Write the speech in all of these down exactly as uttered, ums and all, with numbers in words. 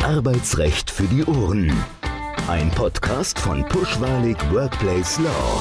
Arbeitsrecht für die Ohren. Ein Podcast von Puschwalig Workplace Law.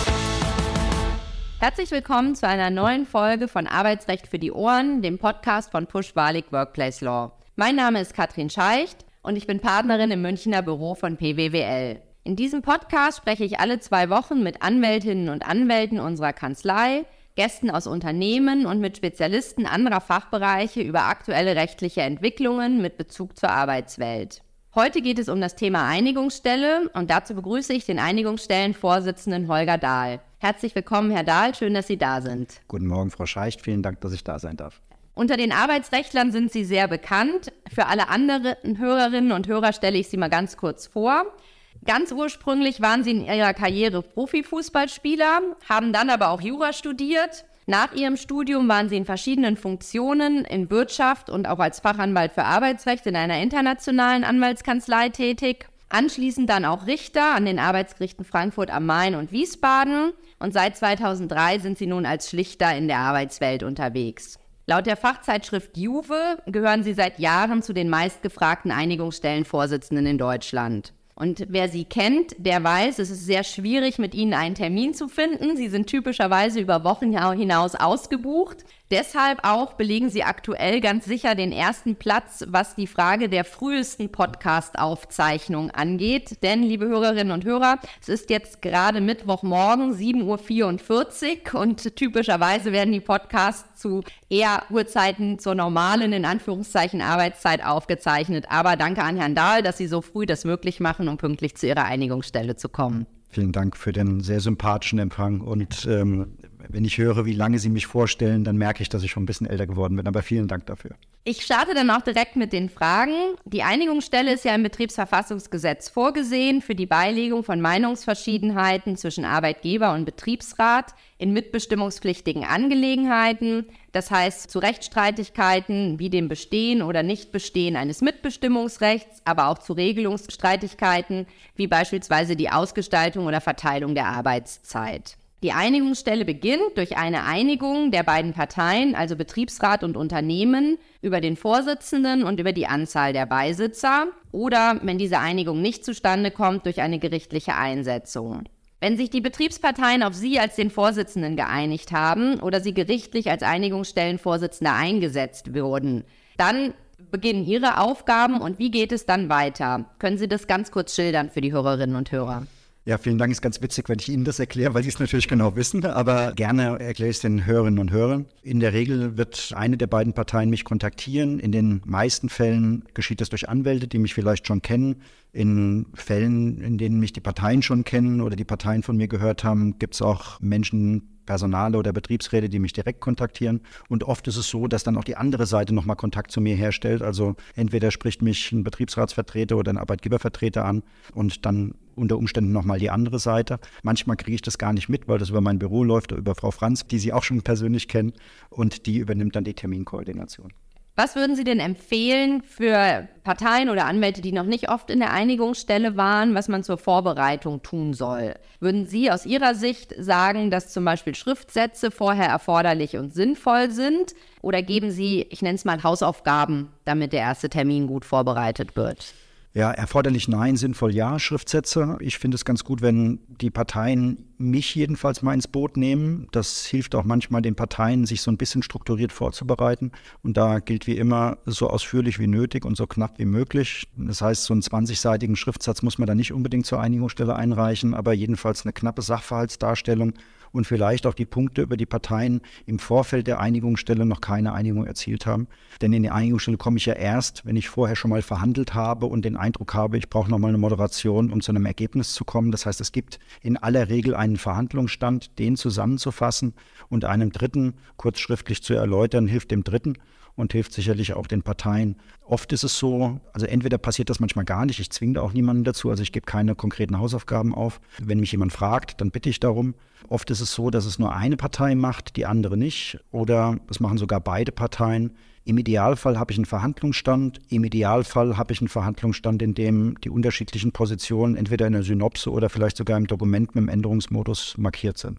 Herzlich willkommen zu einer neuen Folge von Arbeitsrecht für die Ohren, dem Podcast von Puschwalig Workplace Law. Mein Name ist Katrin Scheicht und ich bin Partnerin im Münchner Büro von P W W L. In diesem Podcast spreche ich alle zwei Wochen mit Anwältinnen und Anwälten unserer Kanzlei, Gästen aus Unternehmen und mit Spezialisten anderer Fachbereiche über aktuelle rechtliche Entwicklungen mit Bezug zur Arbeitswelt. Heute geht es um das Thema Einigungsstelle und dazu begrüße ich den Einigungsstellenvorsitzenden Holger Dahl. Herzlich willkommen, Herr Dahl, schön, dass Sie da sind. Guten Morgen, Frau Scheicht, vielen Dank, dass ich da sein darf. Unter den Arbeitsrechtlern sind Sie sehr bekannt. Für alle anderen Hörerinnen und Hörer stelle ich Sie mal ganz kurz vor. Ganz ursprünglich waren Sie in Ihrer Karriere Profifußballspieler, haben dann aber auch Jura studiert. Nach Ihrem Studium waren Sie in verschiedenen Funktionen in Wirtschaft und auch als Fachanwalt für Arbeitsrecht in einer internationalen Anwaltskanzlei tätig. Anschließend dann auch Richter an den Arbeitsgerichten Frankfurt am Main und Wiesbaden. Und seit zweitausenddrei sind Sie nun als Schlichter in der Arbeitswelt unterwegs. Laut der Fachzeitschrift Juve gehören Sie seit Jahren zu den meistgefragten Einigungsstellenvorsitzenden in Deutschland. Und wer Sie kennt, der weiß, es ist sehr schwierig, mit Ihnen einen Termin zu finden. Sie sind typischerweise über Wochen hinaus ausgebucht. Deshalb auch belegen Sie aktuell ganz sicher den ersten Platz, was die Frage der frühesten Podcast-Aufzeichnung angeht. Denn, liebe Hörerinnen und Hörer, es ist jetzt gerade Mittwochmorgen, sieben Uhr vierundvierzig und typischerweise werden die Podcasts zu eher Uhrzeiten zur normalen, in Anführungszeichen, Arbeitszeit aufgezeichnet. Aber danke an Herrn Dahl, dass Sie so früh das möglich machen, um pünktlich zu Ihrer Einigungsstelle zu kommen. Vielen Dank für den sehr sympathischen Empfang und ähm, wenn ich höre, wie lange Sie mich vorstellen, dann merke ich, dass ich schon ein bisschen älter geworden bin, aber vielen Dank dafür. Ich starte dann auch direkt mit den Fragen. Die Einigungsstelle ist ja im Betriebsverfassungsgesetz vorgesehen für die Beilegung von Meinungsverschiedenheiten zwischen Arbeitgeber und Betriebsrat in mitbestimmungspflichtigen Angelegenheiten, das heißt zu Rechtsstreitigkeiten wie dem Bestehen oder Nichtbestehen eines Mitbestimmungsrechts, aber auch zu Regelungsstreitigkeiten wie beispielsweise die Ausgestaltung oder Verteilung der Arbeitszeit. Die Einigungsstelle beginnt durch eine Einigung der beiden Parteien, also Betriebsrat und Unternehmen, über den Vorsitzenden und über die Anzahl der Beisitzer oder, wenn diese Einigung nicht zustande kommt, durch eine gerichtliche Einsetzung. Wenn sich die Betriebsparteien auf Sie als den Vorsitzenden geeinigt haben oder Sie gerichtlich als Einigungsstellenvorsitzender eingesetzt wurden, dann beginnen Ihre Aufgaben und wie geht es dann weiter? Können Sie das ganz kurz schildern für die Hörerinnen und Hörer? Ja, vielen Dank. Ist ganz witzig, wenn ich Ihnen das erkläre, weil Sie es natürlich genau wissen, aber gerne erkläre ich es den Hörerinnen und Hörern. In der Regel wird eine der beiden Parteien mich kontaktieren. In den meisten Fällen geschieht das durch Anwälte, die mich vielleicht schon kennen. In Fällen, in denen mich die Parteien schon kennen oder die Parteien von mir gehört haben, gibt es auch Menschen, Personale oder Betriebsräte, die mich direkt kontaktieren. Und oft ist es so, dass dann auch die andere Seite nochmal Kontakt zu mir herstellt. Also entweder spricht mich ein Betriebsratsvertreter oder ein Arbeitgebervertreter an und dann unter Umständen nochmal die andere Seite. Manchmal kriege ich das gar nicht mit, weil das über mein Büro läuft oder über Frau Franz, die Sie auch schon persönlich kennen. Und die übernimmt dann die Terminkoordination. Was würden Sie denn empfehlen für Parteien oder Anwälte, die noch nicht oft in der Einigungsstelle waren, was man zur Vorbereitung tun soll? Würden Sie aus Ihrer Sicht sagen, dass zum Beispiel Schriftsätze vorher erforderlich und sinnvoll sind? Oder geben Sie, ich nenne es mal Hausaufgaben, damit der erste Termin gut vorbereitet wird? Ja, erforderlich nein, sinnvoll ja, Schriftsätze. Ich finde es ganz gut, wenn die Parteien mich jedenfalls mal ins Boot nehmen. Das hilft auch manchmal den Parteien, sich so ein bisschen strukturiert vorzubereiten. Und da gilt wie immer, so ausführlich wie nötig und so knapp wie möglich. Das heißt, so einen zwanzigseitigen Schriftsatz muss man da nicht unbedingt zur Einigungsstelle einreichen, aber jedenfalls eine knappe Sachverhaltsdarstellung und vielleicht auch die Punkte, über die Parteien im Vorfeld der Einigungsstelle noch keine Einigung erzielt haben. Denn in die Einigungsstelle komme ich ja erst, wenn ich vorher schon mal verhandelt habe und den Eindruck habe, ich brauche nochmal eine Moderation, um zu einem Ergebnis zu kommen. Das heißt, es gibt in aller Regel einen Verhandlungsstand, den zusammenzufassen und einem Dritten kurz schriftlich zu erläutern, hilft dem Dritten und hilft sicherlich auch den Parteien. Oft ist es so, also entweder passiert das manchmal gar nicht, ich zwinge da auch niemanden dazu, also ich gebe keine konkreten Hausaufgaben auf. Wenn mich jemand fragt, dann bitte ich darum. Oft ist es so, dass es nur eine Partei macht, die andere nicht, oder es machen sogar beide Parteien. Im Idealfall habe ich einen Verhandlungsstand, im Idealfall habe ich einen Verhandlungsstand, in dem die unterschiedlichen Positionen entweder in der Synopse oder vielleicht sogar im Dokument mit dem Änderungsmodus markiert sind.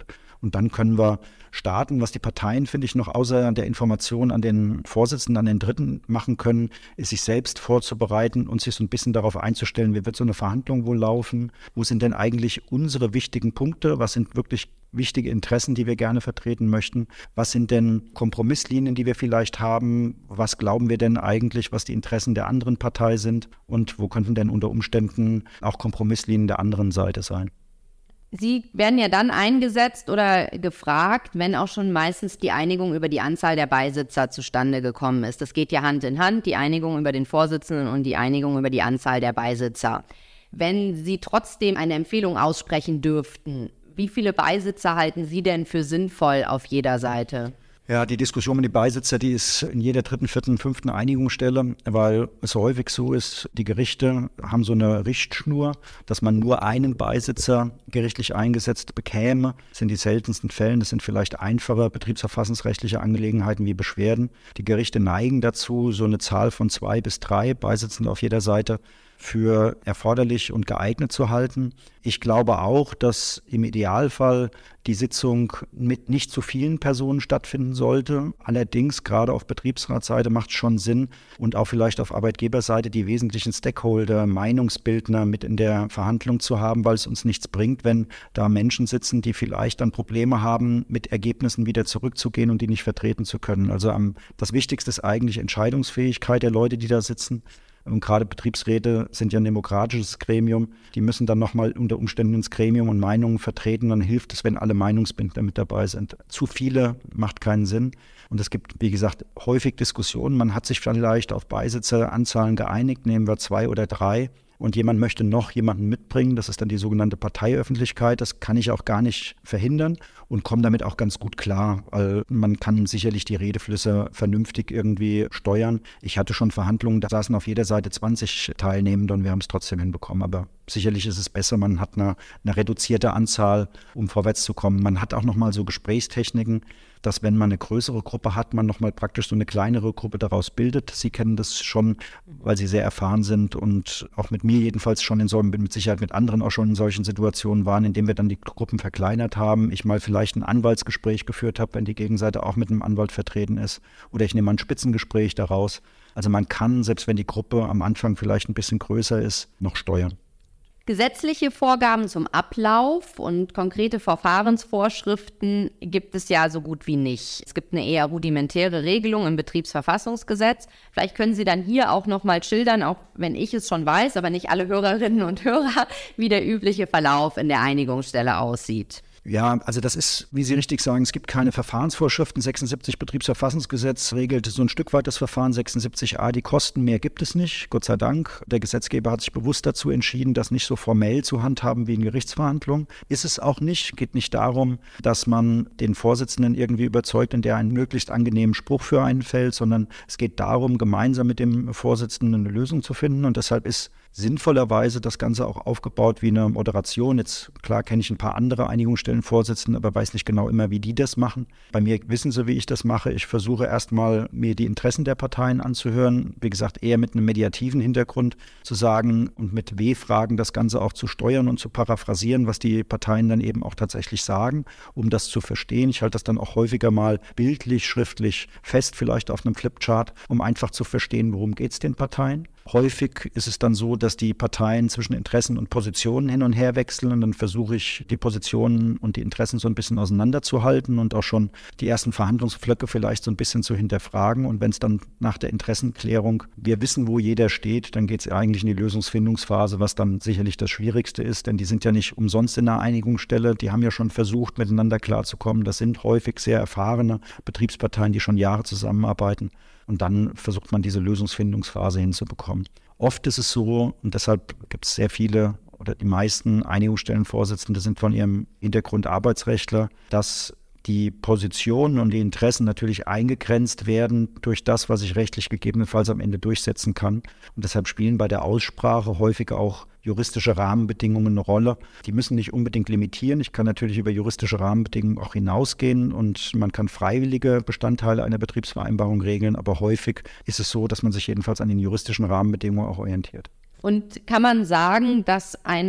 Und dann können wir starten. Was die Parteien, finde ich, noch außer der Information an den Vorsitzenden, an den Dritten machen können, ist sich selbst vorzubereiten und sich so ein bisschen darauf einzustellen, wie wird so eine Verhandlung wohl laufen? Wo sind denn eigentlich unsere wichtigen Punkte? Was sind wirklich wichtige Interessen, die wir gerne vertreten möchten? Was sind denn Kompromisslinien, die wir vielleicht haben? Was glauben wir denn eigentlich, was die Interessen der anderen Partei sind? Und wo könnten denn unter Umständen auch Kompromisslinien der anderen Seite sein? Sie werden ja dann eingesetzt oder gefragt, wenn auch schon meistens die Einigung über die Anzahl der Beisitzer zustande gekommen ist. Das geht ja Hand in Hand, die Einigung über den Vorsitzenden und die Einigung über die Anzahl der Beisitzer. Wenn Sie trotzdem eine Empfehlung aussprechen dürften, wie viele Beisitzer halten Sie denn für sinnvoll auf jeder Seite? Ja, die Diskussion mit den Beisitzer, die ist in jeder dritten, vierten, fünften Einigungsstelle, weil es häufig so ist, die Gerichte haben so eine Richtschnur, dass man nur einen Beisitzer gerichtlich eingesetzt bekäme. Das sind die seltensten Fälle, das sind vielleicht einfache betriebsverfassungsrechtliche Angelegenheiten wie Beschwerden. Die Gerichte neigen dazu, so eine Zahl von zwei bis drei Beisitzende auf jeder Seite für erforderlich und geeignet zu halten. Ich glaube auch, dass im Idealfall die Sitzung mit nicht zu vielen Personen stattfinden sollte. Allerdings, gerade auf Betriebsratsseite macht es schon Sinn und auch vielleicht auf Arbeitgeberseite die wesentlichen Stakeholder, Meinungsbildner mit in der Verhandlung zu haben, weil es uns nichts bringt, wenn da Menschen sitzen, die vielleicht dann Probleme haben, mit Ergebnissen wieder zurückzugehen und die nicht vertreten zu können. Also am, das Wichtigste ist eigentlich Entscheidungsfähigkeit der Leute, die da sitzen. Und gerade Betriebsräte sind ja ein demokratisches Gremium. Die müssen dann nochmal unter Umständen ins Gremium und Meinungen vertreten. Dann hilft es, wenn alle Meinungsbildner mit dabei sind. Zu viele macht keinen Sinn. Und es gibt, wie gesagt, häufig Diskussionen. Man hat sich vielleicht auf Beisitzeranzahlen geeinigt, nehmen wir zwei oder drei. Und jemand möchte noch jemanden mitbringen, das ist dann die sogenannte Parteiöffentlichkeit. Das kann ich auch gar nicht verhindern und komme damit auch ganz gut klar, weil man kann sicherlich die Redeflüsse vernünftig irgendwie steuern. Ich hatte schon Verhandlungen, da saßen auf jeder Seite zwanzig Teilnehmende und wir haben es trotzdem hinbekommen. Aber sicherlich ist es besser, man hat eine, eine reduzierte Anzahl, um vorwärts zu kommen. Man hat auch nochmal so Gesprächstechniken, dass wenn man eine größere Gruppe hat, man nochmal praktisch so eine kleinere Gruppe daraus bildet. Sie kennen das schon, weil Sie sehr erfahren sind und auch mit mir jedenfalls schon in so, mit Sicherheit mit anderen auch schon in solchen Situationen waren, in denen wir dann die Gruppen verkleinert haben. Ich mal vielleicht ein Anwaltsgespräch geführt habe, wenn die Gegenseite auch mit einem Anwalt vertreten ist. Oder ich nehme mal ein Spitzengespräch daraus. Also man kann, selbst wenn die Gruppe am Anfang vielleicht ein bisschen größer ist, noch steuern. Gesetzliche Vorgaben zum Ablauf und konkrete Verfahrensvorschriften gibt es ja so gut wie nicht. Es gibt eine eher rudimentäre Regelung im Betriebsverfassungsgesetz. Vielleicht können Sie dann hier auch nochmal schildern, auch wenn ich es schon weiß, aber nicht alle Hörerinnen und Hörer, wie der übliche Verlauf in der Einigungsstelle aussieht. Ja, also das ist, wie Sie richtig sagen, es gibt keine Verfahrensvorschriften. sechsundsiebzig Betriebsverfassungsgesetz regelt so ein Stück weit das Verfahren. sechsundsiebzig a, die Kosten, mehr gibt es nicht, Gott sei Dank. Der Gesetzgeber hat sich bewusst dazu entschieden, das nicht so formell zu handhaben wie in Gerichtsverhandlungen. Ist es auch nicht, geht nicht darum, dass man den Vorsitzenden irgendwie überzeugt, in der einen möglichst angenehmen Spruch für einen fällt, sondern es geht darum, gemeinsam mit dem Vorsitzenden eine Lösung zu finden. Und deshalb ist sinnvollerweise das Ganze auch aufgebaut wie eine Moderation. Jetzt, klar, kenne ich ein paar andere Einigungsstellenvorsitzende, aber weiß nicht genau immer, wie die das machen. Bei mir wissen sie, wie ich das mache. Ich versuche erstmal, mir die Interessen der Parteien anzuhören. Wie gesagt, eher mit einem mediativen Hintergrund zu sagen und mit W-Fragen das Ganze auch zu steuern und zu paraphrasieren, was die Parteien dann eben auch tatsächlich sagen, um das zu verstehen. Ich halte das dann auch häufiger mal bildlich, schriftlich fest, vielleicht auf einem Flipchart, um einfach zu verstehen, worum geht es den Parteien. Häufig ist es dann so, dass die Parteien zwischen Interessen und Positionen hin und her wechseln und dann versuche ich, die Positionen und die Interessen so ein bisschen auseinanderzuhalten und auch schon die ersten Verhandlungsflöcke vielleicht so ein bisschen zu hinterfragen. Und wenn es dann nach der Interessenklärung, wir wissen, wo jeder steht, dann geht es eigentlich in die Lösungsfindungsphase, was dann sicherlich das Schwierigste ist, denn die sind ja nicht umsonst in einer Einigungsstelle, die haben ja schon versucht, miteinander klarzukommen. Das sind häufig sehr erfahrene Betriebsparteien, die schon Jahre zusammenarbeiten. Und dann versucht man, diese Lösungsfindungsphase hinzubekommen. Oft ist es so, und deshalb gibt es sehr viele oder die meisten Einigungsstellenvorsitzende sind von ihrem Hintergrund Arbeitsrechtler, dass die Positionen und die Interessen natürlich eingegrenzt werden durch das, was ich rechtlich gegebenenfalls am Ende durchsetzen kann. Und deshalb spielen bei der Aussprache häufig auch juristische Rahmenbedingungen eine Rolle. Die müssen nicht unbedingt limitieren. Ich kann natürlich über juristische Rahmenbedingungen auch hinausgehen und man kann freiwillige Bestandteile einer Betriebsvereinbarung regeln, aber häufig ist es so, dass man sich jedenfalls an den juristischen Rahmenbedingungen auch orientiert. Und kann man sagen, dass eine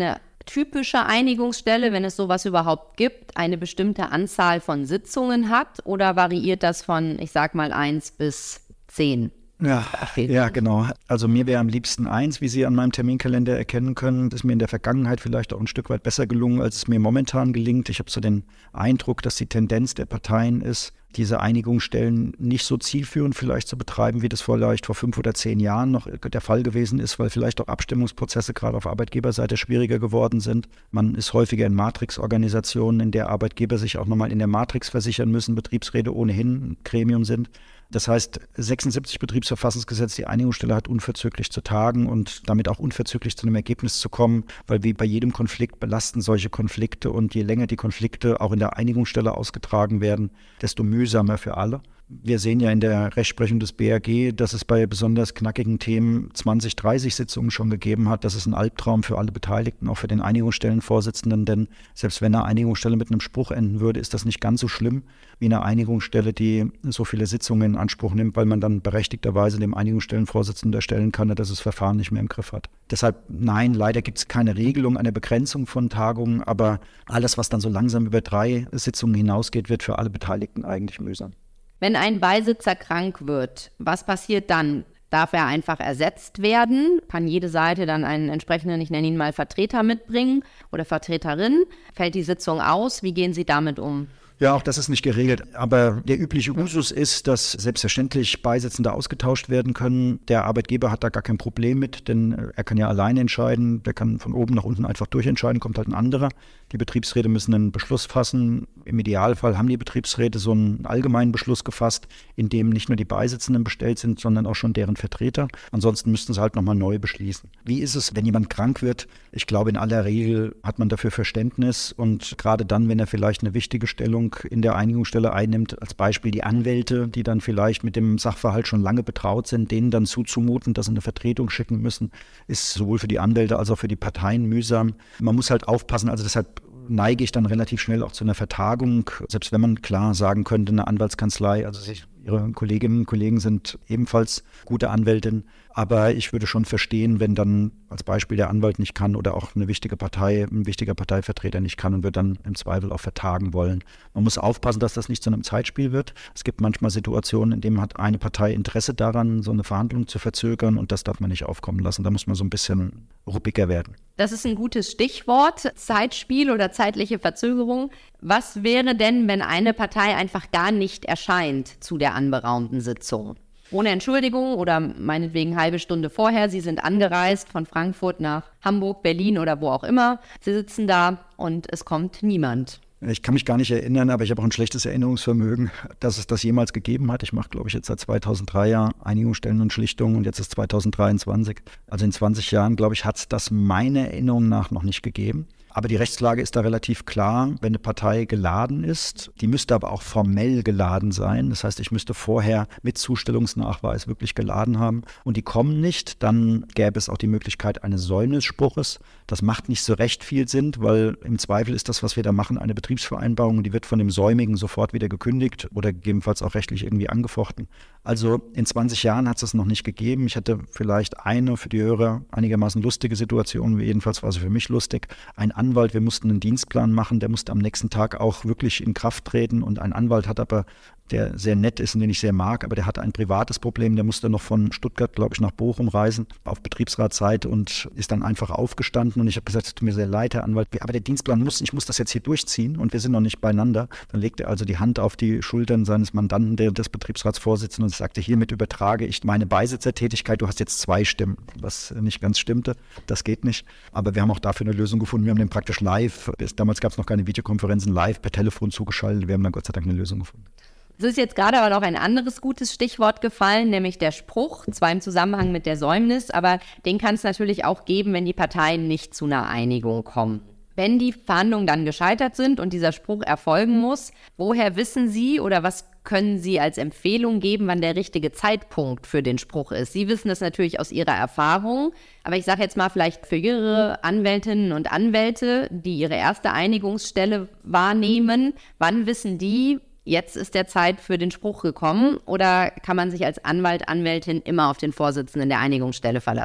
typische Einigungsstelle, wenn es sowas überhaupt gibt, eine bestimmte Anzahl von Sitzungen hat oder variiert das von, ich sag mal, eins bis zehn? Ja, ja, genau. Also mir wäre am liebsten eins, wie Sie an meinem Terminkalender erkennen können. Das ist mir in der Vergangenheit vielleicht auch ein Stück weit besser gelungen, als es mir momentan gelingt. Ich habe so den Eindruck, dass die Tendenz der Parteien ist, diese Einigungsstellen nicht so zielführend vielleicht zu betreiben, wie das vielleicht vor fünf oder zehn Jahren noch der Fall gewesen ist, weil vielleicht auch Abstimmungsprozesse gerade auf Arbeitgeberseite schwieriger geworden sind. Man ist häufiger in Matrix-Organisationen, in der Arbeitgeber sich auch nochmal in der Matrix versichern müssen, Betriebsräte ohnehin ein Gremium sind. Das heißt, sechsundsiebzig Betriebsverfassungsgesetz, die Einigungsstelle hat unverzüglich zu tagen und damit auch unverzüglich zu einem Ergebnis zu kommen, weil wie bei jedem Konflikt belasten solche Konflikte und je länger die Konflikte auch in der Einigungsstelle ausgetragen werden, desto mühsamer für alle. Wir sehen ja in der Rechtsprechung des B R G, dass es bei besonders knackigen Themen zwanzig, dreißig Sitzungen schon gegeben hat. Das ist ein Albtraum für alle Beteiligten, auch für den Einigungsstellenvorsitzenden, denn selbst wenn eine Einigungsstelle mit einem Spruch enden würde, ist das nicht ganz so schlimm wie eine Einigungsstelle, die so viele Sitzungen in Anspruch nimmt, weil man dann berechtigterweise dem Einigungsstellenvorsitzenden unterstellen kann, dass das Verfahren nicht mehr im Griff hat. Deshalb nein, leider gibt es keine Regelung, eine Begrenzung von Tagungen, aber alles, was dann so langsam über drei Sitzungen hinausgeht, wird für alle Beteiligten eigentlich mühsam. Wenn ein Beisitzer krank wird, was passiert dann? Darf er einfach ersetzt werden? Kann jede Seite dann einen entsprechenden, ich nenne ihn mal Vertreter mitbringen oder Vertreterin? Fällt die Sitzung aus? Wie gehen Sie damit um? Ja, auch das ist nicht geregelt. Aber der übliche Usus ist, dass selbstverständlich Beisitzende ausgetauscht werden können. Der Arbeitgeber hat da gar kein Problem mit, denn er kann ja alleine entscheiden. Der kann von oben nach unten einfach durchentscheiden, kommt halt ein anderer. Die Betriebsräte müssen einen Beschluss fassen. Im Idealfall haben die Betriebsräte so einen allgemeinen Beschluss gefasst, in dem nicht nur die Beisitzenden bestellt sind, sondern auch schon deren Vertreter. Ansonsten müssten sie halt nochmal neu beschließen. Wie ist es, wenn jemand krank wird? Ich glaube, in aller Regel hat man dafür Verständnis. Und gerade dann, wenn er vielleicht eine wichtige Stellung in der Einigungsstelle einnimmt, als Beispiel die Anwälte, die dann vielleicht mit dem Sachverhalt schon lange betraut sind, denen dann zuzumuten, dass sie eine Vertretung schicken müssen, ist sowohl für die Anwälte als auch für die Parteien mühsam. Man muss halt aufpassen, also deshalb neige ich dann relativ schnell auch zu einer Vertagung, selbst wenn man klar sagen könnte, eine Anwaltskanzlei, also sich, Ihre Kolleginnen und Kollegen sind ebenfalls gute Anwältinnen, aber ich würde schon verstehen, wenn dann als Beispiel der Anwalt nicht kann oder auch eine wichtige Partei, ein wichtiger Parteivertreter nicht kann und wir dann im Zweifel auch vertagen wollen. Man muss aufpassen, dass das nicht zu einem Zeitspiel wird. Es gibt manchmal Situationen, in denen hat eine Partei Interesse daran, so eine Verhandlung zu verzögern und das darf man nicht aufkommen lassen. Da muss man so ein bisschen ruppiger werden. Das ist ein gutes Stichwort, Zeitspiel oder zeitliche Verzögerung. Was wäre denn, wenn eine Partei einfach gar nicht erscheint zu der anberaumten Sitzung? Ohne Entschuldigung oder meinetwegen halbe Stunde vorher. Sie sind angereist von Frankfurt nach Hamburg, Berlin oder wo auch immer. Sie sitzen da und es kommt niemand. Ich kann mich gar nicht erinnern, aber ich habe auch ein schlechtes Erinnerungsvermögen, dass es das jemals gegeben hat. Ich mache, glaube ich, jetzt seit zweitausenddrei ja Einigungsstellen und Schlichtungen und jetzt ist zweitausenddreiundzwanzig. Also in zwanzig Jahren, glaube ich, hat es das meiner Erinnerung nach noch nicht gegeben. Aber die Rechtslage ist da relativ klar, wenn eine Partei geladen ist. Die müsste aber auch formell geladen sein. Das heißt, ich müsste vorher mit Zustellungsnachweis wirklich geladen haben. Und die kommen nicht, dann gäbe es auch die Möglichkeit eines Säumnisspruches. Das macht nicht so recht viel Sinn, weil im Zweifel ist das, was wir da machen, eine Betriebsvereinbarung. Die wird von dem Säumigen sofort wieder gekündigt oder gegebenenfalls auch rechtlich irgendwie angefochten. Also in zwanzig Jahren hat es das noch nicht gegeben. Ich hatte vielleicht eine für die Hörer einigermaßen lustige Situation, jedenfalls war sie für mich lustig. Ein Anwalt, wir mussten einen Dienstplan machen, der musste am nächsten Tag auch wirklich in Kraft treten und ein Anwalt hat aber, der sehr nett ist und den ich sehr mag, aber der hatte ein privates Problem, der musste noch von Stuttgart, glaube ich, nach Bochum reisen, auf Betriebsratszeit und ist dann einfach aufgestanden und ich habe gesagt, es tut mir sehr leid, Herr Anwalt, aber der Dienstplan muss, ich muss das jetzt hier durchziehen und wir sind noch nicht beieinander. Dann legte er also die Hand auf die Schultern seines Mandanten, der des Betriebsratsvorsitzenden und sagte, hiermit übertrage ich meine Beisitzertätigkeit, du hast jetzt zwei Stimmen, was nicht ganz stimmte, das geht nicht, aber wir haben auch dafür eine Lösung gefunden, wir haben den praktisch live, damals gab es noch keine Videokonferenzen, live per Telefon zugeschaltet, wir haben dann Gott sei Dank eine Lösung gefunden. Es ist jetzt gerade aber noch ein anderes gutes Stichwort gefallen, nämlich der Spruch, zwar im Zusammenhang mit der Säumnis, aber den kann es natürlich auch geben, wenn die Parteien nicht zu einer Einigung kommen. Wenn die Verhandlungen dann gescheitert sind und dieser Spruch erfolgen muss, woher wissen Sie oder was können Sie als Empfehlung geben, wann der richtige Zeitpunkt für den Spruch ist? Sie wissen das natürlich aus Ihrer Erfahrung, aber ich sage jetzt mal vielleicht für Ihre Anwältinnen und Anwälte, die ihre erste Einigungsstelle wahrnehmen, wann wissen die, jetzt ist der Zeit für den Spruch gekommen oder kann man sich als Anwalt, Anwältin immer auf den Vorsitzenden der Einigungsstelle verlassen?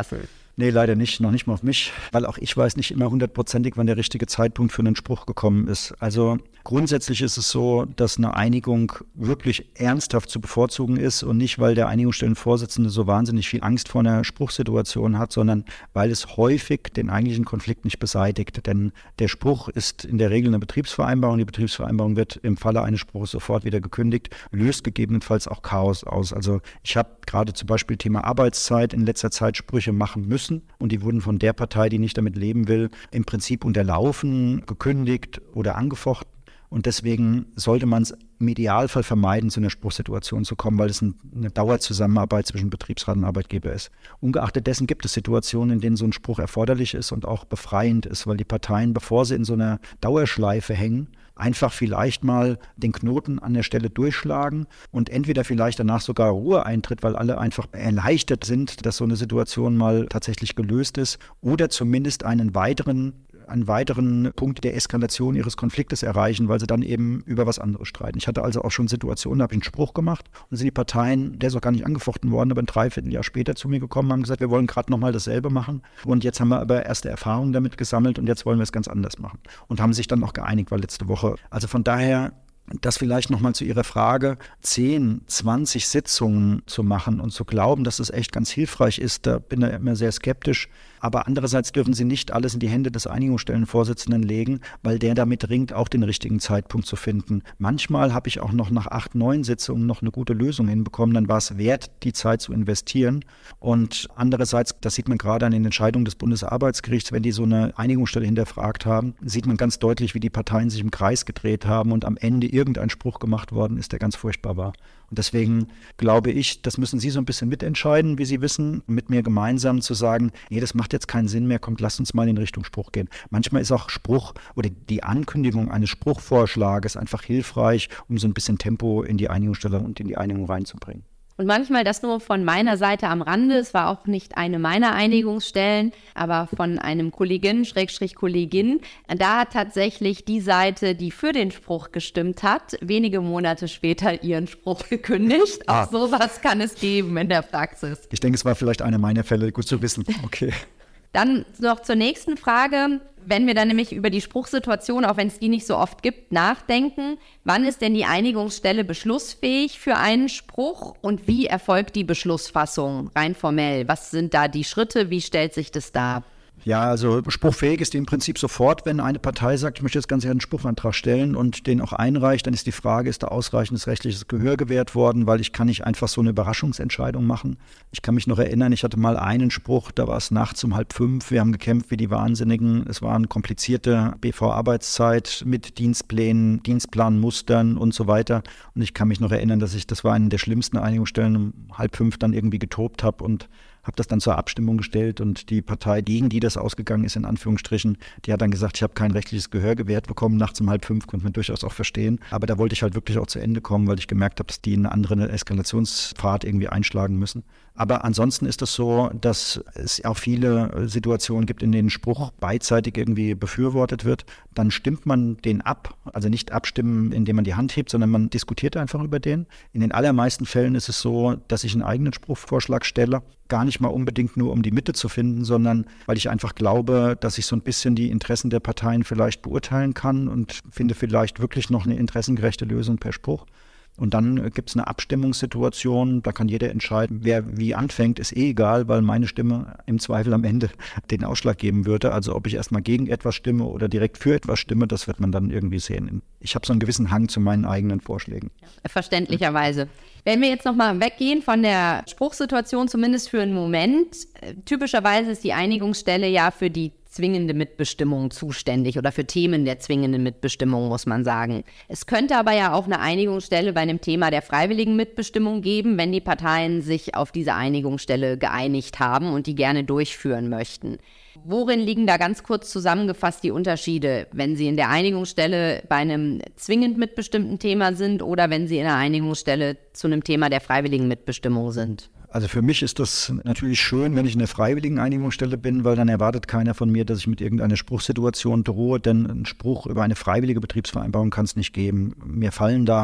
Nee, leider nicht, noch nicht mal auf mich, weil auch ich weiß nicht immer hundertprozentig, wann der richtige Zeitpunkt für einen Spruch gekommen ist. Also grundsätzlich ist es so, dass eine Einigung wirklich ernsthaft zu bevorzugen ist und nicht, weil der Einigungsstellenvorsitzende so wahnsinnig viel Angst vor einer Spruchsituation hat, sondern weil es häufig den eigentlichen Konflikt nicht beseitigt. Denn der Spruch ist in der Regel eine Betriebsvereinbarung. Die Betriebsvereinbarung wird im Falle eines Spruchs sofort wieder gekündigt, löst gegebenenfalls auch Chaos aus. Also ich habe gerade zum Beispiel Thema Arbeitszeit in letzter Zeit Sprüche machen müssen. Und die wurden von der Partei, die nicht damit leben will, im Prinzip unterlaufen, gekündigt oder angefochten. Und deswegen sollte man es im Idealfall vermeiden, zu einer Spruchsituation zu kommen, weil es ein, eine Dauerzusammenarbeit zwischen Betriebsrat und Arbeitgeber ist. Ungeachtet dessen gibt es Situationen, in denen so ein Spruch erforderlich ist und auch befreiend ist, weil die Parteien, bevor sie in so einer Dauerschleife hängen, einfach vielleicht mal den Knoten an der Stelle durchschlagen und entweder vielleicht danach sogar Ruhe eintritt, weil alle einfach erleichtert sind, dass so eine Situation mal tatsächlich gelöst ist, oder zumindest einen weiteren einen weiteren Punkt der Eskalation ihres Konfliktes erreichen, weil sie dann eben über was anderes streiten. Ich hatte also auch schon Situationen, da habe ich einen Spruch gemacht und sind die Parteien, der ist auch gar nicht angefochten worden, aber ein Dreivierteljahr später zu mir gekommen, haben gesagt, wir wollen gerade nochmal dasselbe machen und jetzt haben wir aber erste Erfahrungen damit gesammelt und jetzt wollen wir es ganz anders machen und haben sich dann auch geeinigt, weil letzte Woche, also von daher, das vielleicht nochmal zu Ihrer Frage, zehn, zwanzig Sitzungen zu machen und zu glauben, dass es echt ganz hilfreich ist, da bin ich immer sehr skeptisch. Aber andererseits dürfen Sie nicht alles in die Hände des Einigungsstellenvorsitzenden legen, weil der damit ringt, auch den richtigen Zeitpunkt zu finden. Manchmal habe ich auch noch nach acht, neun Sitzungen noch eine gute Lösung hinbekommen, dann war es wert, die Zeit zu investieren. Und andererseits, das sieht man gerade an den Entscheidungen des Bundesarbeitsgerichts, wenn die so eine Einigungsstelle hinterfragt haben, sieht man ganz deutlich, wie die Parteien sich im Kreis gedreht haben und am Ende irgendein Spruch gemacht worden ist, der ganz furchtbar war. Und deswegen glaube ich, das müssen Sie so ein bisschen mitentscheiden, wie Sie wissen, mit mir gemeinsam zu sagen, nee, das macht jetzt keinen Sinn mehr, kommt, lasst uns mal in Richtung Spruch gehen. Manchmal ist auch Spruch oder die Ankündigung eines Spruchvorschlages einfach hilfreich, um so ein bisschen Tempo in die Einigungsstelle und in die Einigung reinzubringen. Und manchmal das nur von meiner Seite am Rande, es war auch nicht eine meiner Einigungsstellen, aber von einem Kollegin, Schrägstrich Kollegin. Da hat tatsächlich die Seite, die für den Spruch gestimmt hat, wenige Monate später ihren Spruch gekündigt. Ah. Auch sowas kann es geben in der Praxis. Ich denke, es war vielleicht einer meiner Fälle, gut zu wissen. Okay. Dann noch zur nächsten Frage. Wenn wir dann nämlich über die Spruchsituation, auch wenn es die nicht so oft gibt, nachdenken, wann ist denn die Einigungsstelle beschlussfähig für einen Spruch und wie erfolgt die Beschlussfassung rein formell? Was sind da die Schritte? Wie stellt sich das dar? Ja, also spruchfähig ist die im Prinzip sofort, wenn eine Partei sagt, ich möchte jetzt ganz gerne einen Spruchantrag stellen und den auch einreicht, dann ist die Frage, ist da ausreichendes rechtliches Gehör gewährt worden, weil ich kann nicht einfach so eine Überraschungsentscheidung machen. Ich kann mich noch erinnern, ich hatte mal einen Spruch, da war es nachts um halb fünf, wir haben gekämpft wie die Wahnsinnigen, es war eine komplizierte B V-Arbeitszeit mit Dienstplänen, Dienstplanmustern und so weiter und ich kann mich noch erinnern, dass ich, das war eine der schlimmsten Einigungsstellen, um halb fünf dann irgendwie getobt habe und habe das dann zur Abstimmung gestellt und die Partei, gegen die das ausgegangen ist, in Anführungsstrichen, die hat dann gesagt, ich habe kein rechtliches Gehör gewährt bekommen, nachts um halb fünf, konnte man durchaus auch verstehen. Aber da wollte ich halt wirklich auch zu Ende kommen, weil ich gemerkt habe, dass die eine andere Eskalationspfad irgendwie einschlagen müssen. Aber ansonsten ist es so, dass es auch viele Situationen gibt, in denen Spruch beidseitig irgendwie befürwortet wird. Dann stimmt man den ab, also nicht abstimmen, indem man die Hand hebt, sondern man diskutiert einfach über den. In den allermeisten Fällen ist es so, dass ich einen eigenen Spruchvorschlag stelle, gar nicht mal unbedingt nur, um die Mitte zu finden, sondern weil ich einfach glaube, dass ich so ein bisschen die Interessen der Parteien vielleicht beurteilen kann und finde vielleicht wirklich noch eine interessengerechte Lösung per Spruch. Und dann gibt es eine Abstimmungssituation, da kann jeder entscheiden, wer wie anfängt, ist eh egal, weil meine Stimme im Zweifel am Ende den Ausschlag geben würde. Also ob ich erstmal gegen etwas stimme oder direkt für etwas stimme, das wird man dann irgendwie sehen. Ich habe so einen gewissen Hang zu meinen eigenen Vorschlägen. Verständlicherweise. Wenn wir jetzt nochmal weggehen von der Spruchsituation, zumindest für einen Moment, typischerweise ist die Einigungsstelle ja für die zwingende Mitbestimmung zuständig oder für Themen der zwingenden Mitbestimmung, muss man sagen. Es könnte aber ja auch eine Einigungsstelle bei einem Thema der freiwilligen Mitbestimmung geben, wenn die Parteien sich auf diese Einigungsstelle geeinigt haben und die gerne durchführen möchten. Worin liegen da ganz kurz zusammengefasst die Unterschiede, wenn Sie in der Einigungsstelle bei einem zwingend mitbestimmten Thema sind oder wenn Sie in der Einigungsstelle zu einem Thema der freiwilligen Mitbestimmung sind? Also für mich ist das natürlich schön, wenn ich in der freiwilligen Einigungsstelle bin, weil dann erwartet keiner von mir, dass ich mit irgendeiner Spruchsituation drohe, denn ein Spruch über eine freiwillige Betriebsvereinbarung kann es nicht geben. Mir fallen da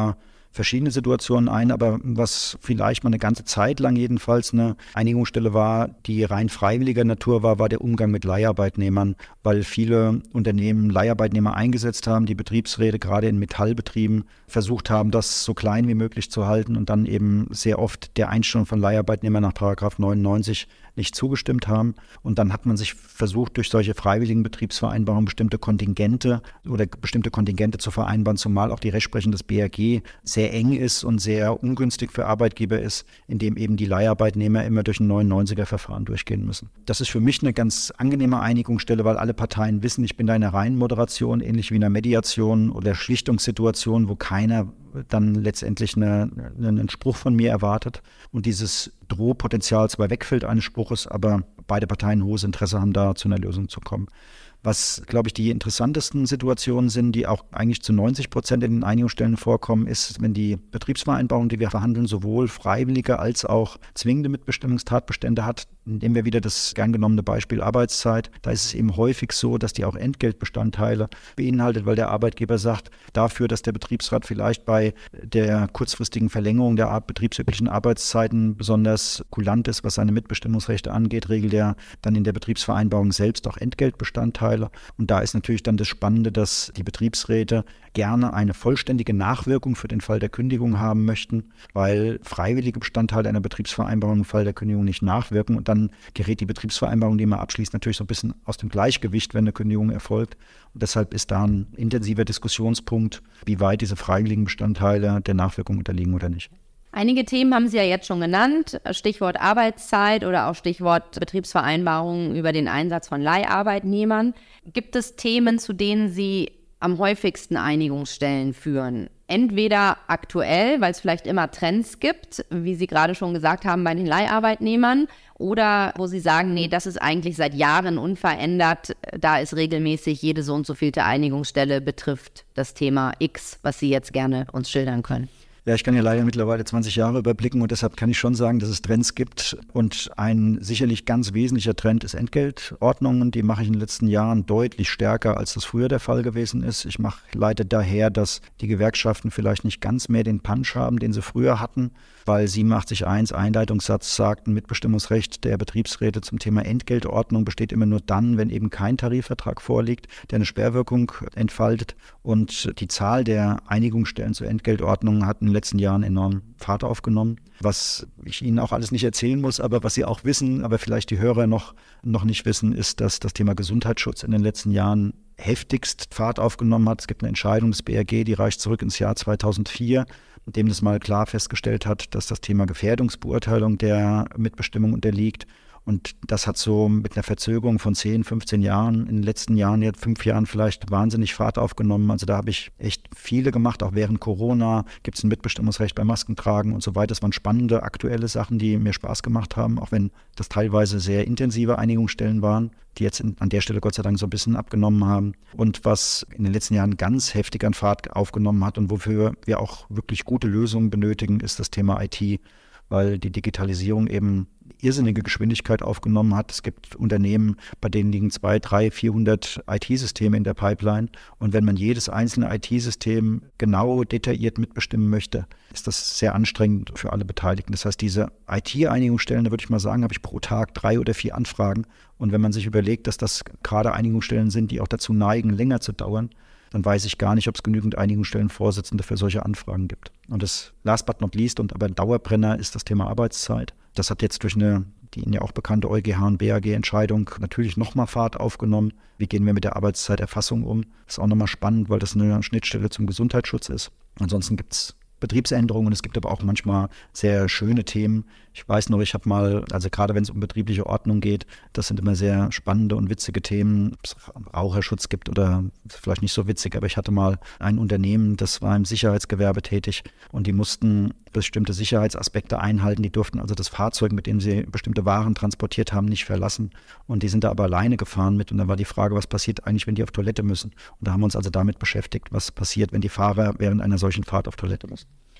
verschiedene Situationen ein, aber was vielleicht mal eine ganze Zeit lang jedenfalls eine Einigungsstelle war, die rein freiwilliger Natur war, war der Umgang mit Leiharbeitnehmern, weil viele Unternehmen Leiharbeitnehmer eingesetzt haben, die Betriebsräte gerade in Metallbetrieben versucht haben, das so klein wie möglich zu halten und dann eben sehr oft der Einstellung von Leiharbeitnehmern nach Paragraph neunundneunzig nicht zugestimmt haben. Und dann hat man sich versucht, durch solche freiwilligen Betriebsvereinbarungen bestimmte Kontingente oder bestimmte Kontingente zu vereinbaren, zumal auch die Rechtsprechung des B R G sehr eng ist und sehr ungünstig für Arbeitgeber ist, indem eben die Leiharbeitnehmer immer durch ein neunundneunziger-Verfahren durchgehen müssen. Das ist für mich eine ganz angenehme Einigungsstelle, weil alle Parteien wissen, ich bin da in einer reinen Moderation, ähnlich wie in einer Mediation oder Schlichtungssituation, wo keiner dann letztendlich eine, einen Spruch von mir erwartet und dieses Drohpotenzial zwar wegfällt eines Spruches, aber beide Parteien hohes Interesse haben, da zu einer Lösung zu kommen. Was, glaube ich, die interessantesten Situationen sind, die auch eigentlich zu neunzig Prozent in den Einigungsstellen vorkommen, ist, wenn die Betriebsvereinbarung, die wir verhandeln, sowohl freiwillige als auch zwingende Mitbestimmungstatbestände hat. Nehmen wir wieder das gern genommene Beispiel Arbeitszeit. Da ist es eben häufig so, dass die auch Entgeltbestandteile beinhaltet, weil der Arbeitgeber sagt, dafür, dass der Betriebsrat vielleicht bei der kurzfristigen Verlängerung der betriebsüblichen Arbeitszeiten besonders kulant ist, was seine Mitbestimmungsrechte angeht, regelt er dann in der Betriebsvereinbarung selbst auch Entgeltbestandteile. Und da ist natürlich dann das Spannende, dass die Betriebsräte gerne eine vollständige Nachwirkung für den Fall der Kündigung haben möchten, weil freiwillige Bestandteile einer Betriebsvereinbarung im Fall der Kündigung nicht nachwirken. Und dann gerät die Betriebsvereinbarung, die man abschließt, natürlich so ein bisschen aus dem Gleichgewicht, wenn eine Kündigung erfolgt. Und deshalb ist da ein intensiver Diskussionspunkt, wie weit diese freiwilligen Bestandteile der Nachwirkung unterliegen oder nicht. Einige Themen haben Sie ja jetzt schon genannt, Stichwort Arbeitszeit oder auch Stichwort Betriebsvereinbarungen über den Einsatz von Leiharbeitnehmern. Gibt es Themen, zu denen Sie am häufigsten Einigungsstellen führen? Entweder aktuell, weil es vielleicht immer Trends gibt, wie Sie gerade schon gesagt haben, bei den Leiharbeitnehmern, oder wo Sie sagen, nee, das ist eigentlich seit Jahren unverändert, da ist regelmäßig jede so und so vielte Einigungsstelle betrifft das Thema X, was Sie jetzt gerne uns schildern können. Ja, ich kann ja leider mittlerweile zwanzig Jahre überblicken und deshalb kann ich schon sagen, dass es Trends gibt. Und ein sicherlich ganz wesentlicher Trend ist Entgeltordnungen. Die mache ich in den letzten Jahren deutlich stärker, als das früher der Fall gewesen ist. Ich mache leite daher, dass die Gewerkschaften vielleicht nicht ganz mehr den Punch haben, den sie früher hatten, weil siebenundachtzig Absatz eins Einleitungssatz sagt, ein Mitbestimmungsrecht der Betriebsräte zum Thema Entgeltordnung besteht immer nur dann, wenn eben kein Tarifvertrag vorliegt, der eine Sperrwirkung entfaltet. Und die Zahl der Einigungsstellen zur Entgeltordnung hat in den letzten Jahren enorm Fahrt aufgenommen, was ich Ihnen auch alles nicht erzählen muss, aber was Sie auch wissen, aber vielleicht die Hörer noch, noch nicht wissen, ist, dass das Thema Gesundheitsschutz in den letzten Jahren heftigst Fahrt aufgenommen hat. Es gibt eine Entscheidung des B R G, die reicht zurück ins Jahr zweitausendvier, in dem das mal klar festgestellt hat, dass das Thema Gefährdungsbeurteilung der Mitbestimmung unterliegt. Und das hat so mit einer Verzögerung von zehn, fünfzehn Jahren, in den letzten Jahren, jetzt fünf Jahren vielleicht wahnsinnig Fahrt aufgenommen. Also da habe ich echt viele gemacht, auch während Corona gibt es ein Mitbestimmungsrecht bei Maskentragen und so weiter. Das waren spannende, aktuelle Sachen, die mir Spaß gemacht haben, auch wenn das teilweise sehr intensive Einigungsstellen waren, die jetzt in, an der Stelle Gott sei Dank so ein bisschen abgenommen haben. Und was in den letzten Jahren ganz heftig an Fahrt aufgenommen hat und wofür wir auch wirklich gute Lösungen benötigen, ist das Thema I T, weil die Digitalisierung eben irrsinnige Geschwindigkeit aufgenommen hat. Es gibt Unternehmen, bei denen liegen zweihundert, dreihundert, vierhundert I T-Systeme in der Pipeline. Und wenn man jedes einzelne I T-System genau detailliert mitbestimmen möchte, ist das sehr anstrengend für alle Beteiligten. Das heißt, diese I T-Einigungsstellen, da würde ich mal sagen, habe ich pro Tag drei oder vier Anfragen. Und wenn man sich überlegt, dass das gerade Einigungsstellen sind, die auch dazu neigen, länger zu dauern, dann weiß ich gar nicht, ob es genügend Einigungsstellenvorsitzende für solche Anfragen gibt. Und das last but not least und aber ein Dauerbrenner ist das Thema Arbeitszeit. Das hat jetzt durch eine, die Ihnen ja auch bekannte EuGH und B A G-Entscheidung natürlich nochmal Fahrt aufgenommen. Wie gehen wir mit der Arbeitszeiterfassung um? Das ist auch nochmal spannend, weil das eine Schnittstelle zum Gesundheitsschutz ist. Ansonsten gibt es Betriebsänderungen. Es gibt aber auch manchmal sehr schöne Themen. Ich weiß noch, ich habe mal, also gerade wenn es um betriebliche Ordnung geht, das sind immer sehr spannende und witzige Themen, ob es Raucherschutz gibt oder vielleicht nicht so witzig, aber ich hatte mal ein Unternehmen, das war im Sicherheitsgewerbe tätig und die mussten bestimmte Sicherheitsaspekte einhalten. Die durften also das Fahrzeug, mit dem sie bestimmte Waren transportiert haben, nicht verlassen und die sind da aber alleine gefahren mit und dann war die Frage, was passiert eigentlich, wenn die auf Toilette müssen? Und da haben wir uns also damit beschäftigt, was passiert, wenn die Fahrer während einer solchen Fahrt auf Toilette müssen.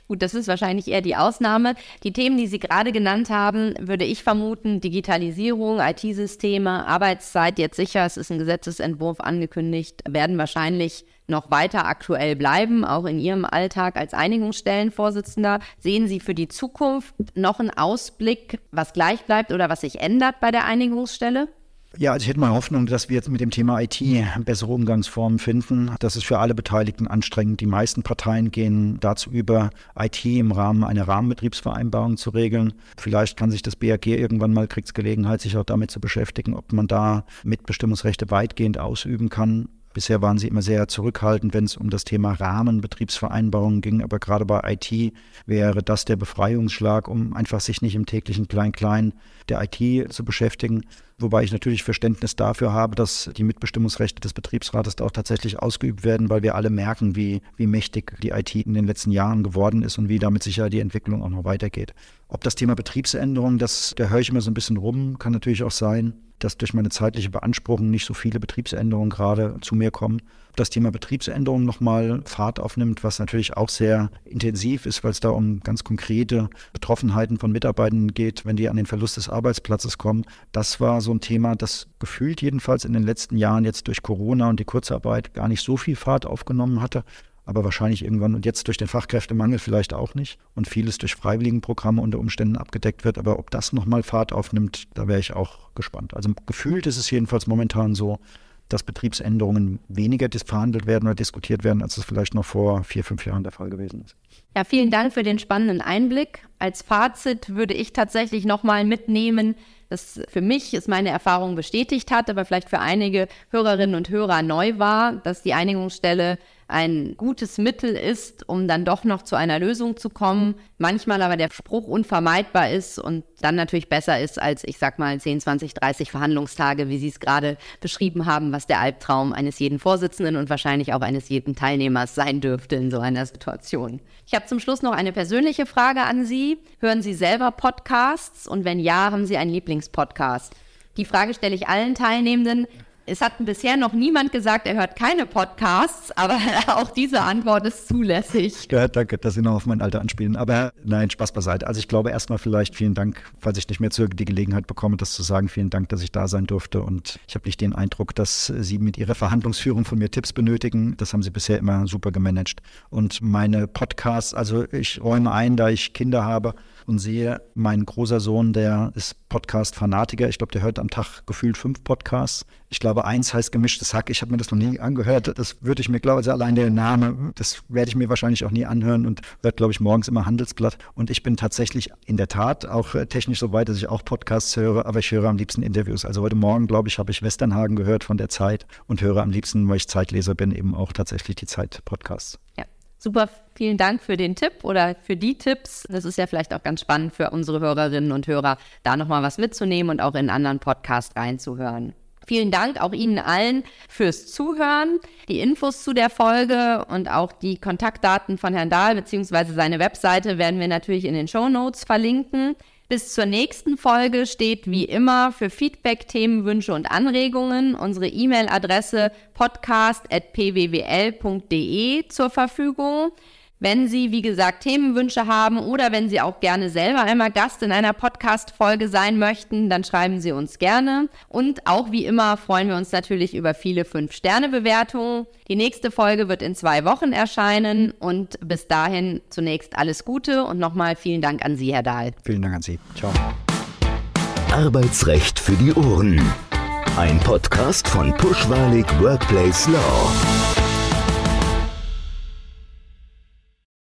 Gut, das ist wahrscheinlich eher die Ausnahme. Die Themen, die Sie gerade genannt haben, würde ich vermuten, Digitalisierung, I T-Systeme, Arbeitszeit jetzt sicher, es ist ein Gesetzesentwurf angekündigt, werden wahrscheinlich noch weiter aktuell bleiben, auch in Ihrem Alltag als Einigungsstellenvorsitzender. Sehen Sie für die Zukunft noch einen Ausblick, was gleich bleibt oder was sich ändert bei der Einigungsstelle? Ja, also ich hätte mal Hoffnung, dass wir jetzt mit dem Thema I T bessere Umgangsformen finden. Das ist für alle Beteiligten anstrengend. Die meisten Parteien gehen dazu über, I T im Rahmen einer Rahmenbetriebsvereinbarung zu regeln. Vielleicht kann sich das B A G irgendwann mal, kriegt es Gelegenheit, sich auch damit zu beschäftigen, ob man da Mitbestimmungsrechte weitgehend ausüben kann. Bisher waren sie immer sehr zurückhaltend, wenn es um das Thema Rahmenbetriebsvereinbarungen ging. Aber gerade bei I T wäre das der Befreiungsschlag, um einfach sich nicht im täglichen Klein-Klein der I T zu beschäftigen. Wobei ich natürlich Verständnis dafür habe, dass die Mitbestimmungsrechte des Betriebsrates da auch tatsächlich ausgeübt werden, weil wir alle merken, wie, wie mächtig die I T in den letzten Jahren geworden ist und wie damit sicher die Entwicklung auch noch weitergeht. Ob das Thema Betriebsänderung, das, da höre ich immer so ein bisschen rum, kann natürlich auch sein, dass durch meine zeitliche Beanspruchung nicht so viele Betriebsänderungen gerade zu mir kommen. Ob das Thema Betriebsänderung nochmal Fahrt aufnimmt, was natürlich auch sehr intensiv ist, weil es da um ganz konkrete Betroffenheiten von Mitarbeitenden geht, wenn die an den Verlust des Arbeitsplatzes kommen. Das war so ein Thema, das gefühlt jedenfalls in den letzten Jahren jetzt durch Corona und die Kurzarbeit gar nicht so viel Fahrt aufgenommen hatte. Aber wahrscheinlich irgendwann und jetzt durch den Fachkräftemangel vielleicht auch nicht und vieles durch Freiwilligenprogramme unter Umständen abgedeckt wird. Aber ob das nochmal Fahrt aufnimmt, da wäre ich auch gespannt. Also gefühlt ist es jedenfalls momentan so, dass Betriebsänderungen weniger verhandelt werden oder diskutiert werden, als es vielleicht noch vor vier, fünf Jahren der Fall gewesen ist. Ja, vielen Dank für den spannenden Einblick. Als Fazit würde ich tatsächlich nochmal mitnehmen, dass für mich es meine Erfahrung bestätigt hat, aber vielleicht für einige Hörerinnen und Hörer neu war, dass die Einigungsstelle ein gutes Mittel ist, um dann doch noch zu einer Lösung zu kommen. Manchmal aber der Spruch unvermeidbar ist und dann natürlich besser ist als, ich sag mal, zehn, zwanzig, dreißig Verhandlungstage, wie Sie es gerade beschrieben haben, was der Albtraum eines jeden Vorsitzenden und wahrscheinlich auch eines jeden Teilnehmers sein dürfte in so einer Situation. Ich habe zum Schluss noch eine persönliche Frage an Sie. Hören Sie selber Podcasts? Und wenn ja, haben Sie einen Lieblingspodcast? Die Frage stelle ich allen Teilnehmenden. Es hat bisher noch niemand gesagt, er hört keine Podcasts, aber auch diese Antwort ist zulässig. Ja, danke, dass Sie noch auf mein Alter anspielen. Aber nein, Spaß beiseite. Also ich glaube erstmal vielleicht vielen Dank, falls ich nicht mehr die Gelegenheit bekomme, das zu sagen. Vielen Dank, dass ich da sein durfte. Und ich habe nicht den Eindruck, dass Sie mit Ihrer Verhandlungsführung von mir Tipps benötigen. Das haben Sie bisher immer super gemanagt. Und meine Podcasts, also ich räume ein, da ich Kinder habe und sehe, mein großer Sohn, der ist Podcast-Fanatiker. Ich glaube, der hört am Tag gefühlt fünf Podcasts. Ich glaube, eins heißt Gemischtes Hack. Ich habe mir das noch nie angehört. Das würde ich mir, glaube ich, also allein der Name, das werde ich mir wahrscheinlich auch nie anhören und hört, glaube ich, morgens immer Handelsblatt. Und ich bin tatsächlich in der Tat auch technisch so weit, dass ich auch Podcasts höre, aber ich höre am liebsten Interviews. Also heute Morgen, glaube ich, habe ich Westernhagen gehört von der Zeit und höre am liebsten, weil ich Zeitleser bin, eben auch tatsächlich die Zeit-Podcasts. Ja. Super, vielen Dank für den Tipp oder für die Tipps. Das ist ja vielleicht auch ganz spannend für unsere Hörerinnen und Hörer, da nochmal was mitzunehmen und auch in einen anderen Podcast reinzuhören. Vielen Dank auch Ihnen allen fürs Zuhören. Die Infos zu der Folge und auch die Kontaktdaten von Herrn Dahl bzw. seine Webseite werden wir natürlich in den Shownotes verlinken. Bis zur nächsten Folge steht wie immer für Feedback, Themenwünsche und Anregungen unsere E-Mail-Adresse podcast at p w w l punkt d e zur Verfügung. Wenn Sie, wie gesagt, Themenwünsche haben oder wenn Sie auch gerne selber einmal Gast in einer Podcast-Folge sein möchten, dann schreiben Sie uns gerne. Und auch wie immer freuen wir uns natürlich über viele fünf Sterne Bewertungen. Die nächste Folge wird in zwei Wochen erscheinen und bis dahin zunächst alles Gute und nochmal vielen Dank an Sie, Herr Dahl. Vielen Dank an Sie. Ciao. Arbeitsrecht für die Ohren. Ein Podcast von Pushwalig Workplace Law.